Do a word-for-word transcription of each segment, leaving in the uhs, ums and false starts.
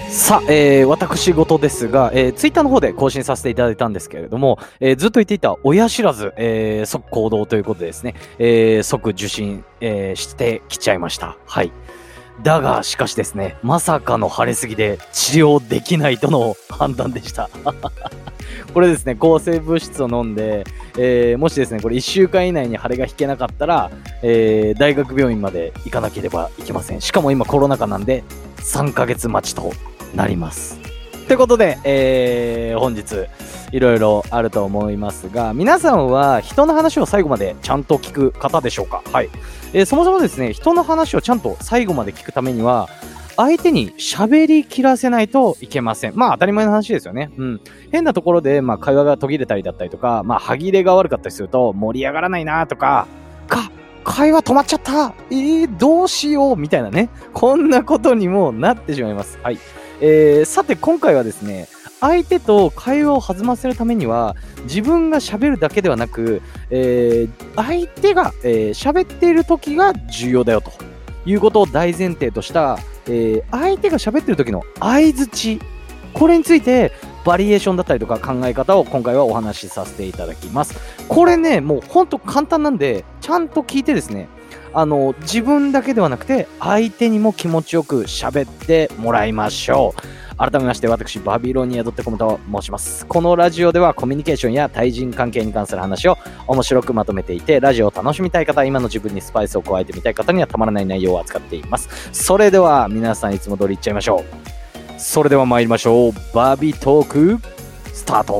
さあ、えー、私事ですが、えー、ツイッターの方で更新させていただいたんですけれども、えー、ずっと言っていた親知らず、えー、即行動ということでですね、えー、即受診、えー、してきちゃいました。はい。だが、しかしですね、まさかの腫れすぎで治療できないとの判断でした。これですね、抗生物質を飲んで、えー、もしですね、これいっしゅうかん以内に腫れが引けなかったら、えー、大学病院まで行かなければいけません。しかも今コロナ禍なんで、さんかげつ待ちとなります。ということで、えー、本日、いろいろあると思いますが、皆さんは人の話を最後までちゃんと聞く方でしょうか？はい。えー、そもそもですね、人の話をちゃんと最後まで聞くためには、相手に喋り切らせないといけません。まあ当たり前の話ですよね。うん。変なところで、まあ会話が途切れたりだったりとか、まあ歯切れが悪かったりすると盛り上がらないなとか、か、会話止まっちゃったえー、どうしようみたいなね。こんなことにもなってしまいます。はい。えー、さて今回はですね、相手と会話を弾ませるためには、自分が喋るだけではなく、えー、相手がえー、喋っている時が重要だよということを大前提とした、えー、相手が喋ってる時の相槌、これについてバリエーションだったりとか考え方を今回はお話しさせていただきます。これね、もうほんと簡単なんで、ちゃんと聞いてですね、あの自分だけではなくて相手にも気持ちよく喋ってもらいましょう。改めまして、私バビロニア .com と申します。このラジオではコミュニケーションや対人関係に関する話を面白くまとめていて、ラジオを楽しみたい方、今の自分にスパイスを加えてみたい方にはたまらない内容を扱っています。それでは皆さんいつも通りいっちゃいましょう。それでは参りましょう。バビトークスタート。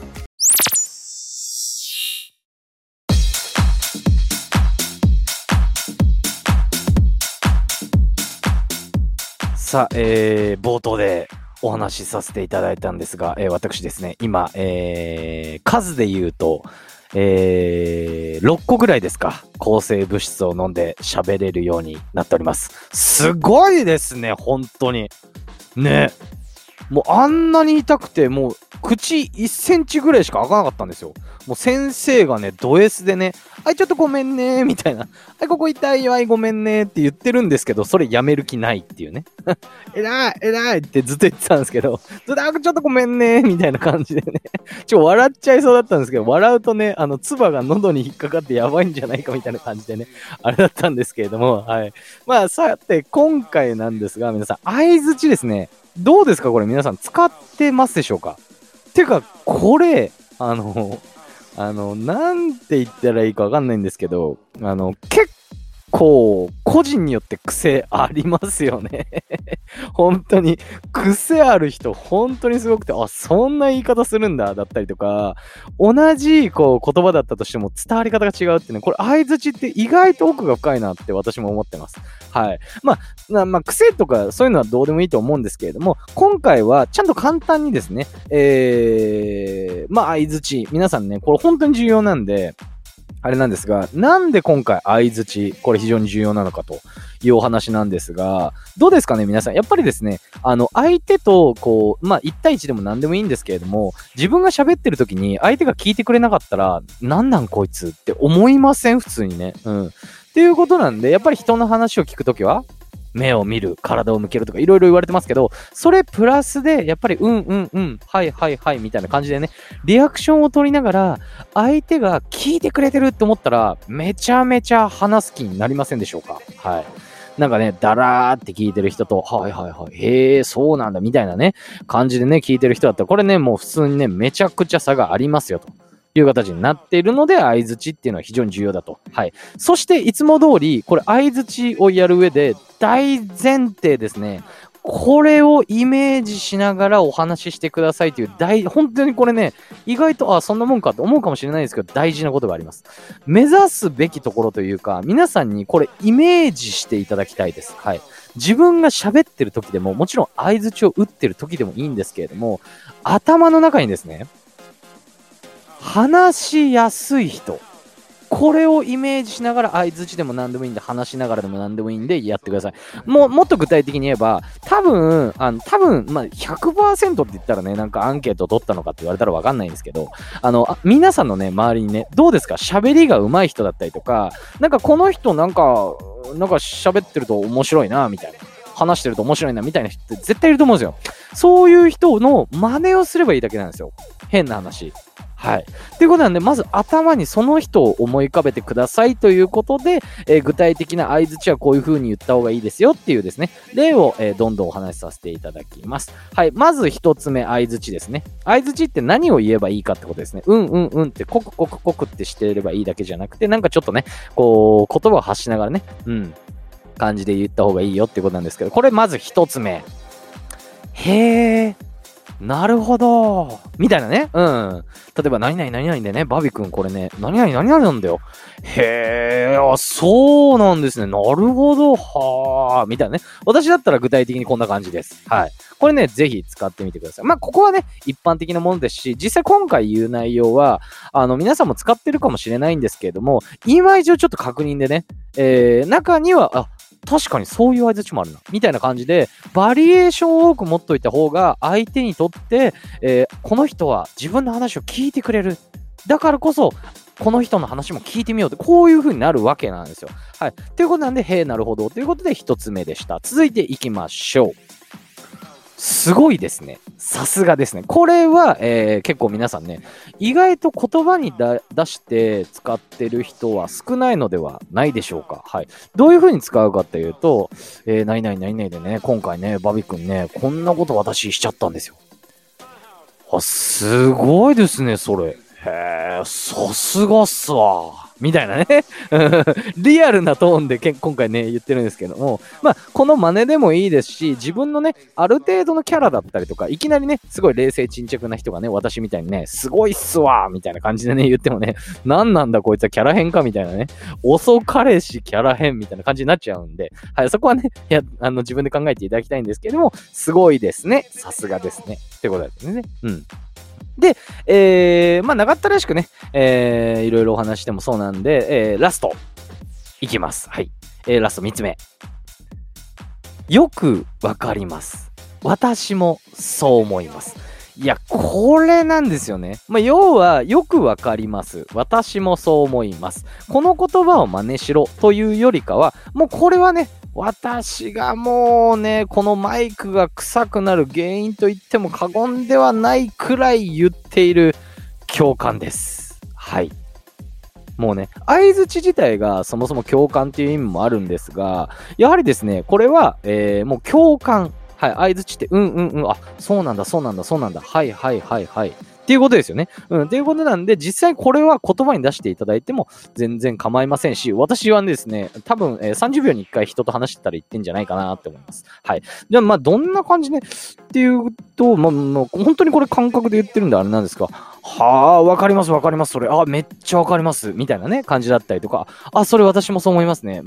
さあ、えー、冒頭でお話しさせていただいたんですが、えー、私ですね、今、えー、数で言うと、えー、ろっこぐらいですか、抗生物質を飲んで喋れるようになっております。すごいですね、本当に。ね。もうあんなに痛くて、もう口いっセンチぐらいしか開かなかったんですよ。もう先生がね、ド S でね、はい、ちょっとごめんねーみたいな。はい、ここ痛いよ、はい、ごめんねーって言ってるんですけど、それやめる気ないっていうね。えらい、えらいってずっと言ってたんですけど、ずっと、あ、ちょっとごめんねーみたいな感じでね。ちょ、笑っちゃいそうだったんですけど、笑うとね、あの、唾が喉に引っかかってやばいんじゃないかみたいな感じでね、あれだったんですけれども、はい。まあ、さて、今回なんですが、皆さん、相槌ですね。どうですかこれ皆さん使ってますでしょうか？てか、これ、あの、あの、なんて言ったらいいかわかんないんですけど、あの、結構、個人によって癖ありますよね。本当に、癖ある人、本当にすごくて、あ、そんな言い方するんだ、だったりとか、同じ、こう、言葉だったとしても伝わり方が違うってね、これ、相槌って意外と奥が深いなって私も思ってます。はい。まあ、まあ、癖とかそういうのはどうでもいいと思うんですけれども、今回はちゃんと簡単にですね、えー、まあ、相槌、皆さんね、これ本当に重要なんで、あれなんですが、なんで今回相槌、これ非常に重要なのかというお話なんですが、どうですかね皆さん。やっぱりですね、あの、相手と、こう、まあ、いち対いちでも何でもいいんですけれども、自分が喋ってる時に相手が聞いてくれなかったら、なんなんこいつって思いません普通にね。うん。っていうことなんで、やっぱり人の話を聞くときは、目を見る、体を向けるとかいろいろ言われてますけど、それプラスで、やっぱり、うんうんうん、はいはいはい、みたいな感じでね、リアクションを取りながら、相手が聞いてくれてるって思ったら、めちゃめちゃ話す気になりませんでしょうか？はい。なんかね、だらーって聞いてる人と、はいはいはい、へー、そうなんだ、みたいなね、感じでね、聞いてる人だったら、これね、もう普通にね、めちゃくちゃ差がありますよと。いう形になっているので、相槌っていうのは非常に重要だと。はい。そして、いつも通り、これ相槌をやる上で、大前提ですね。これをイメージしながらお話ししてくださいという大、本当にこれね、意外と、あ、そんなもんかと思うかもしれないですけど、大事なことがあります。目指すべきところというか、皆さんにこれイメージしていただきたいです。はい。自分が喋ってる時でも、もちろん相槌を打ってる時でもいいんですけれども、頭の中にですね、話しやすい人、これをイメージしながら相槌でも何でもいいんで、話しながらでも何でもいいんでやってください。もうもっと具体的に言えば、多分あの多分まあ ひゃくパーセント って言ったらね、なんかアンケート取ったのかって言われたら分かんないんですけど、あのあ皆さんのね周りにね、どうですか、喋りが上手い人だったりとか、なんかこの人なんかなんか喋ってると面白いなみたいな。 話してると面白いなみたいな人って絶対いると思うんですよ。そういう人の真似をすればいいだけなんですよ。変な話。はい。ということなんで、まず頭にその人を思い浮かべてくださいということで、えー具体的な相槌はこういう風に言った方がいいですよっていうですね、例を、えーどんどんお話しさせていただきます。はい。まず一つ目、相槌ですね。相槌って何を言えばいいかってことですね。うんうんうんってコクコクコクってしていればいいだけじゃなくて、なんかちょっとね、こう、言葉を発しながらね、うん、感じで言った方がいいよっていうことなんですけど、これまず一つ目。へー。なるほど。みたいなね。うん。例えば、何々何々でね、バビ君これね、何々何々なんだよ。へー、あ、そうなんですね。なるほど。はー。みたいなね。私だったら具体的にこんな感じです。はい。これね、ぜひ使ってみてください。まあ、ここはね、一般的なものですし、実際今回言う内容は、あの、皆さんも使ってるかもしれないんですけれども、今以上ちょっと確認でね、えー、中には、あ、確かにそういう相槌もあるな。みたいな感じで、バリエーションを多く持っといた方が、相手にとって、えーこの人は自分の話を聞いてくれる。だからこそ、この人の話も聞いてみようって、こういう風になるわけなんですよ。はい。ということなんで、へえ、なるほど。ということで、一つ目でした。続いていきましょう。すごいですね。さすがですね。これは、えー結構皆さんね、意外と言葉にだ出して使ってる人は少ないのではないでしょうか。はい。どういう風に使うかっていうと、えー、何々何々でね、今回ね、バビ君ね、こんなこと私しちゃったんですよ。あ、すごいですね、それ。へえ、さすがっすわ。みたいなね。リアルなトーンでけ今回ね、言ってるんですけども、まあ、この真似でもいいですし、自分のね、ある程度のキャラだったりとか、いきなりね、すごい冷静沈着な人がね、私みたいにね、すごいっすわみたいな感じでね、言ってもね、なんなんだこいつはキャラ変かみたいなね、遅彼氏キャラ変みたいな感じになっちゃうんで、はい、そこはね、いや、あの、自分で考えていただきたいんですけども、すごいですね。さすがですね。ってことですね。うん。で、えー、まあ、長ったらしくね、えー、いろいろお話してもそうなんで、えー、ラスト、いきます。はい。えー、ラストみっつめ。よくわかります。私もそう思います。いや、これなんですよね。まあ、要は、よくわかります。私もそう思います。この言葉を真似しろというよりかは、もうこれはね、私がもうね、このマイクが臭くなる原因と言っても過言ではないくらい言っている共感です。はい。もうね、相槌自体がそもそも共感っていう意味もあるんですが、やはりですね、これは、えーもう共感。はい、相槌って、うんうんうん、あ、そうなんだ、そうなんだ、そうなんだ、はいはいはいはい。っていうことですよね。うん、っていうことなんで、実際これは言葉に出していただいても全然構いませんし、私はですね、多分、えーさんじゅうびょうにいっかい人と話してたら言ってんじゃないかなって思います。はい。じゃあ、まあ、どんな感じね、っていうと、まあ、まあ本当にこれ感覚で言ってるんであれなんですか。はあ、わかりますわかります。それ、あ、めっちゃわかります。みたいなね、感じだったりとか、あ、それ私もそう思いますね。うん。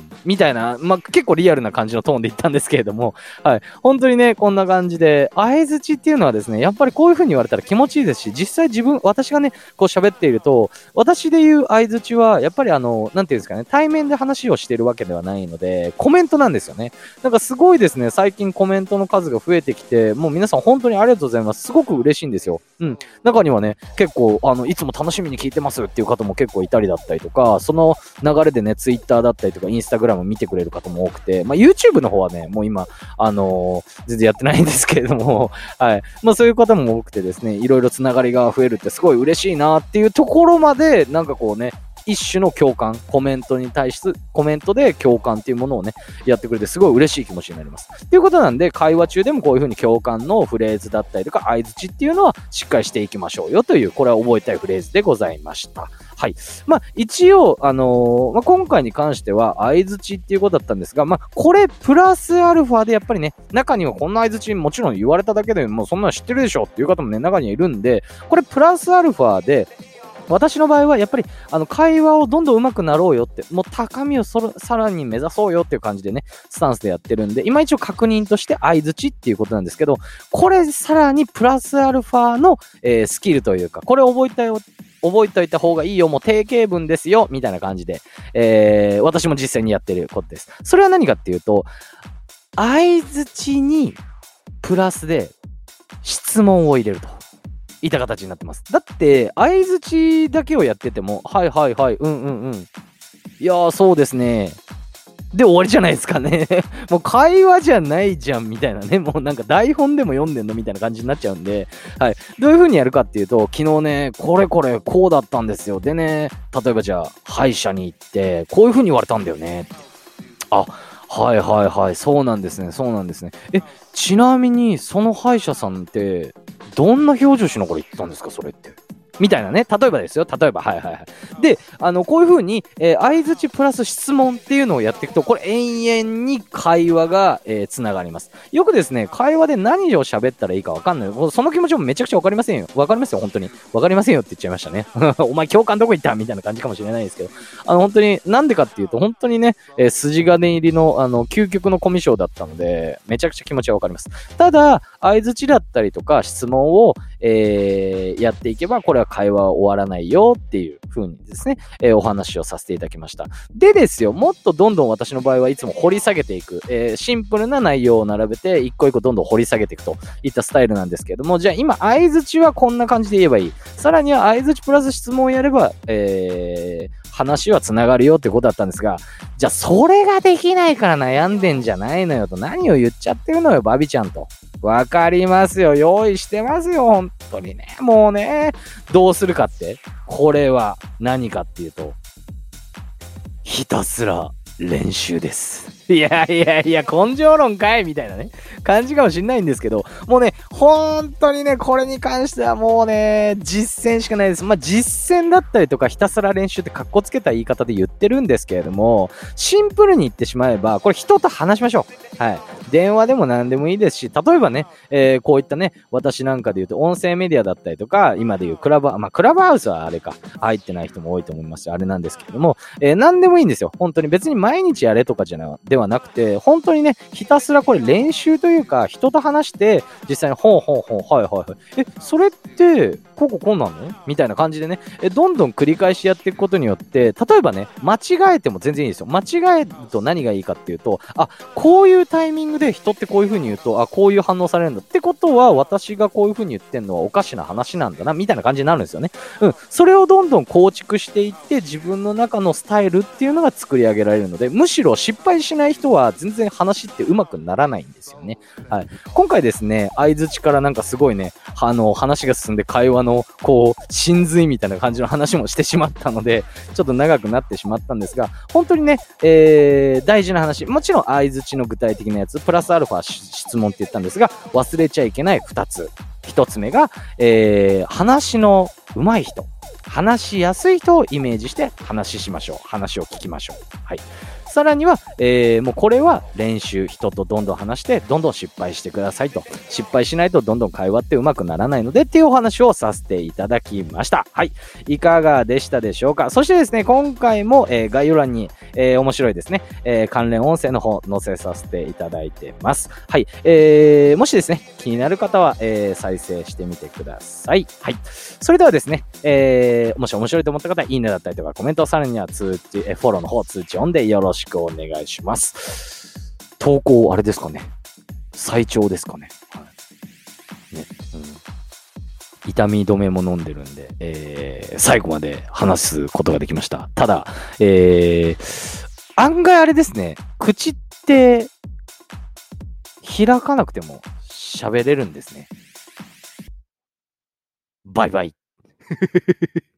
みたいな、まあ、結構リアルな感じのトーンで言ったんですけれども、はい。本当にね、こんな感じで、相槌っていうのはですね、やっぱりこういう風に言われたら気持ちいいですし、実際自分、私がね、こう喋っていると、私で言う相槌は、やっぱりあの、なんていうんですかね、対面で話をしているわけではないので、コメントなんですよね。なんかすごいですね、最近コメントの数が増えてきて、もう皆さん本当にありがとうございます。すごく嬉しいんですよ。うん。中にはね、結構、あの、いつも楽しみに聞いてますっていう方も結構いたりだったりとか、その流れでね、ツイッターだったりとか、インスタグラム見てくれる方も多くて、まあ、YouTube の方はね、もう今、あのー全然やってないんですけれども、はい。まあ、そういう方も多くてですね、いろいろつながりが増えるってすごい嬉しいなっていうところまで、なんかこうね、一種の共感、コメントに対して、コメントで共感っていうものをね、やってくれてすごい嬉しい気持ちになります。ということなんで、会話中でもこういう風に共感のフレーズだったりとか、相槌っていうのはしっかりしていきましょうよという、これは覚えたいフレーズでございました。はい。まあ、一応、あのーまあ、今回に関しては、相槌っていうことだったんですが、まあ、これ、プラスアルファでやっぱりね、中にはこんな相槌もちろん言われただけでもうそんなの知ってるでしょっていう方もね、中にはいるんで、これ、プラスアルファで、私の場合はやっぱりあの会話をどんどん上手くなろうよって、もう高みをそろさらに目指そうよっていう感じでね、スタンスでやってるんで、今一応確認として相槌っていうことなんですけど、これさらにプラスアルファの、えースキルというか、これ覚えたよ、覚えておいた方がいいよ、もう定型文ですよ、みたいな感じで、えー私も実際にやってることです。それは何かっていうと、相槌にプラスで質問を入れると。いった形になってます。だって、相槌だけをやってても、はいはいはい、うんうんうん。いやー、そうですね。 で終わりじゃないですかね。もう会話じゃないじゃんみたいなね。もうなんか台本でも読んでんのみたいな感じになっちゃうんで、はい。どういう風にやるかっていうと、昨日ね、これこれこうだったんですよ。でね、例えばじゃあ、歯医者に行って、こういう風に言われたんだよね。あ、はいはいはい、そうなんですね、そうなんですね。え、ちなみに、その歯医者さんって、どんな表情しながら言ったんですか、それって。みたいなね。例えばですよ。例えば。はいはいはい。で、あの、こういう風に、えー、相づちプラス質問っていうのをやっていくと、これ延々に会話が、えー、つながります。よくですね、会話で何を喋ったらいいかわかんない。その気持ちもめちゃくちゃわかりませんよ。わかりますよ、本当に。わかりませんよって言っちゃいましたね。お前共感どこ行ったみたいな感じかもしれないですけど。あの、本当に、なんでかっていうと、本当にね、えー、筋金入りの、あの、究極のコミュ障だったので、めちゃくちゃ気持ちはわかります。ただ、相づちだったりとか質問を、えー、やっていけば、これは会話は終わらないよっていう風にですね、えー、お話をさせていただきました。でですよ、もっとどんどん私の場合はいつも掘り下げていく、えー、シンプルな内容を並べて、一個一個どんどん掘り下げていくといったスタイルなんですけれども、じゃあ今、相づちはこんな感じで言えばいい。さらには相づちプラス質問をやれば、えー、話はつながるよってことだったんですが、じゃあそれができないから悩んでんじゃないのよと、何を言っちゃってるのよ、バビちゃんと。わかりますよ。用意してますよ。本当にね。もうね。どうするかって。これは何かっていうと、ひたすら練習です。いやいやいや、根性論かいみたいなね、感じかもしんないんですけど、もうね、本当にね、これに関してはもうね、実践しかないです。まあ、実践だったりとか、ひたすら練習って格好つけた言い方で言ってるんですけれども、シンプルに言ってしまえば、これ人と話しましょう。はい。電話でも何でもいいですし、例えばね、えー、こういったね、私なんかで言うと、音声メディアだったりとか、今で言うクラブ、まあ、クラブハウスはあれか、入ってない人も多いと思いますし、あれなんですけれども、えー、何でもいいんですよ。本当に別に毎日やれとかじゃな、ではなくて、本当にね、ひたすらこれ練習というか、人と話して、実際に、ほうほうほう、はいはいはい。え、それって、こうこうこうなのみたいな感じでね、え、どんどん繰り返しやっていくことによって、例えばね、間違えても全然いいですよ。間違えると何がいいかっていうと、あ、こういうタイミングで人ってこういう風に言うと、あ、こういう反応されるんだってことは、私がこういう風に言ってんのはおかしな話なんだな、みたいな感じになるんですよね。うん。それをどんどん構築していって、自分の中のスタイルっていうのが作り上げられるので、むしろ失敗しない人は全然話って上手くならないんですよね。はい。今回ですね、相槌からなんかすごいね、あの、話が進んで会話の、こう、真髄みたいな感じの話もしてしまったので、ちょっと長くなってしまったんですが、本当にね、えー、大事な話、もちろん相槌の具体的なやつ、プラスアルファ質問って言ったんですが、忘れちゃいけないふたつ。ひとつめが、えー、話の上手い人。話しやすい人をイメージして話しましょう。話を聞きましょう。はい。さらには、えー、もうこれは練習、人とどんどん話して、どんどん失敗してくださいと。失敗しないとどんどん会話ってうまくならないのでっていうお話をさせていただきました。はい。いかがでしたでしょうか。そしてですね、今回も、えー、概要欄に、えー、面白いですね、えー、関連音声の方載せさせていただいてます。はい。えー、もしですね、気になる方は、えー、再生してみてください。はい。それではですね、えー、もし面白いと思った方は、いいねだったりとかコメント、さらには通知、えー、フォローの方、通知オンでよろしくお願いします。投稿、あれですかね。最長ですかね。はい。ね。うん、痛み止めも飲んでるんで、えー、最後まで話すことができました。ただ、えー、案外あれですね、口って開かなくても喋れるんですね。バイバイ。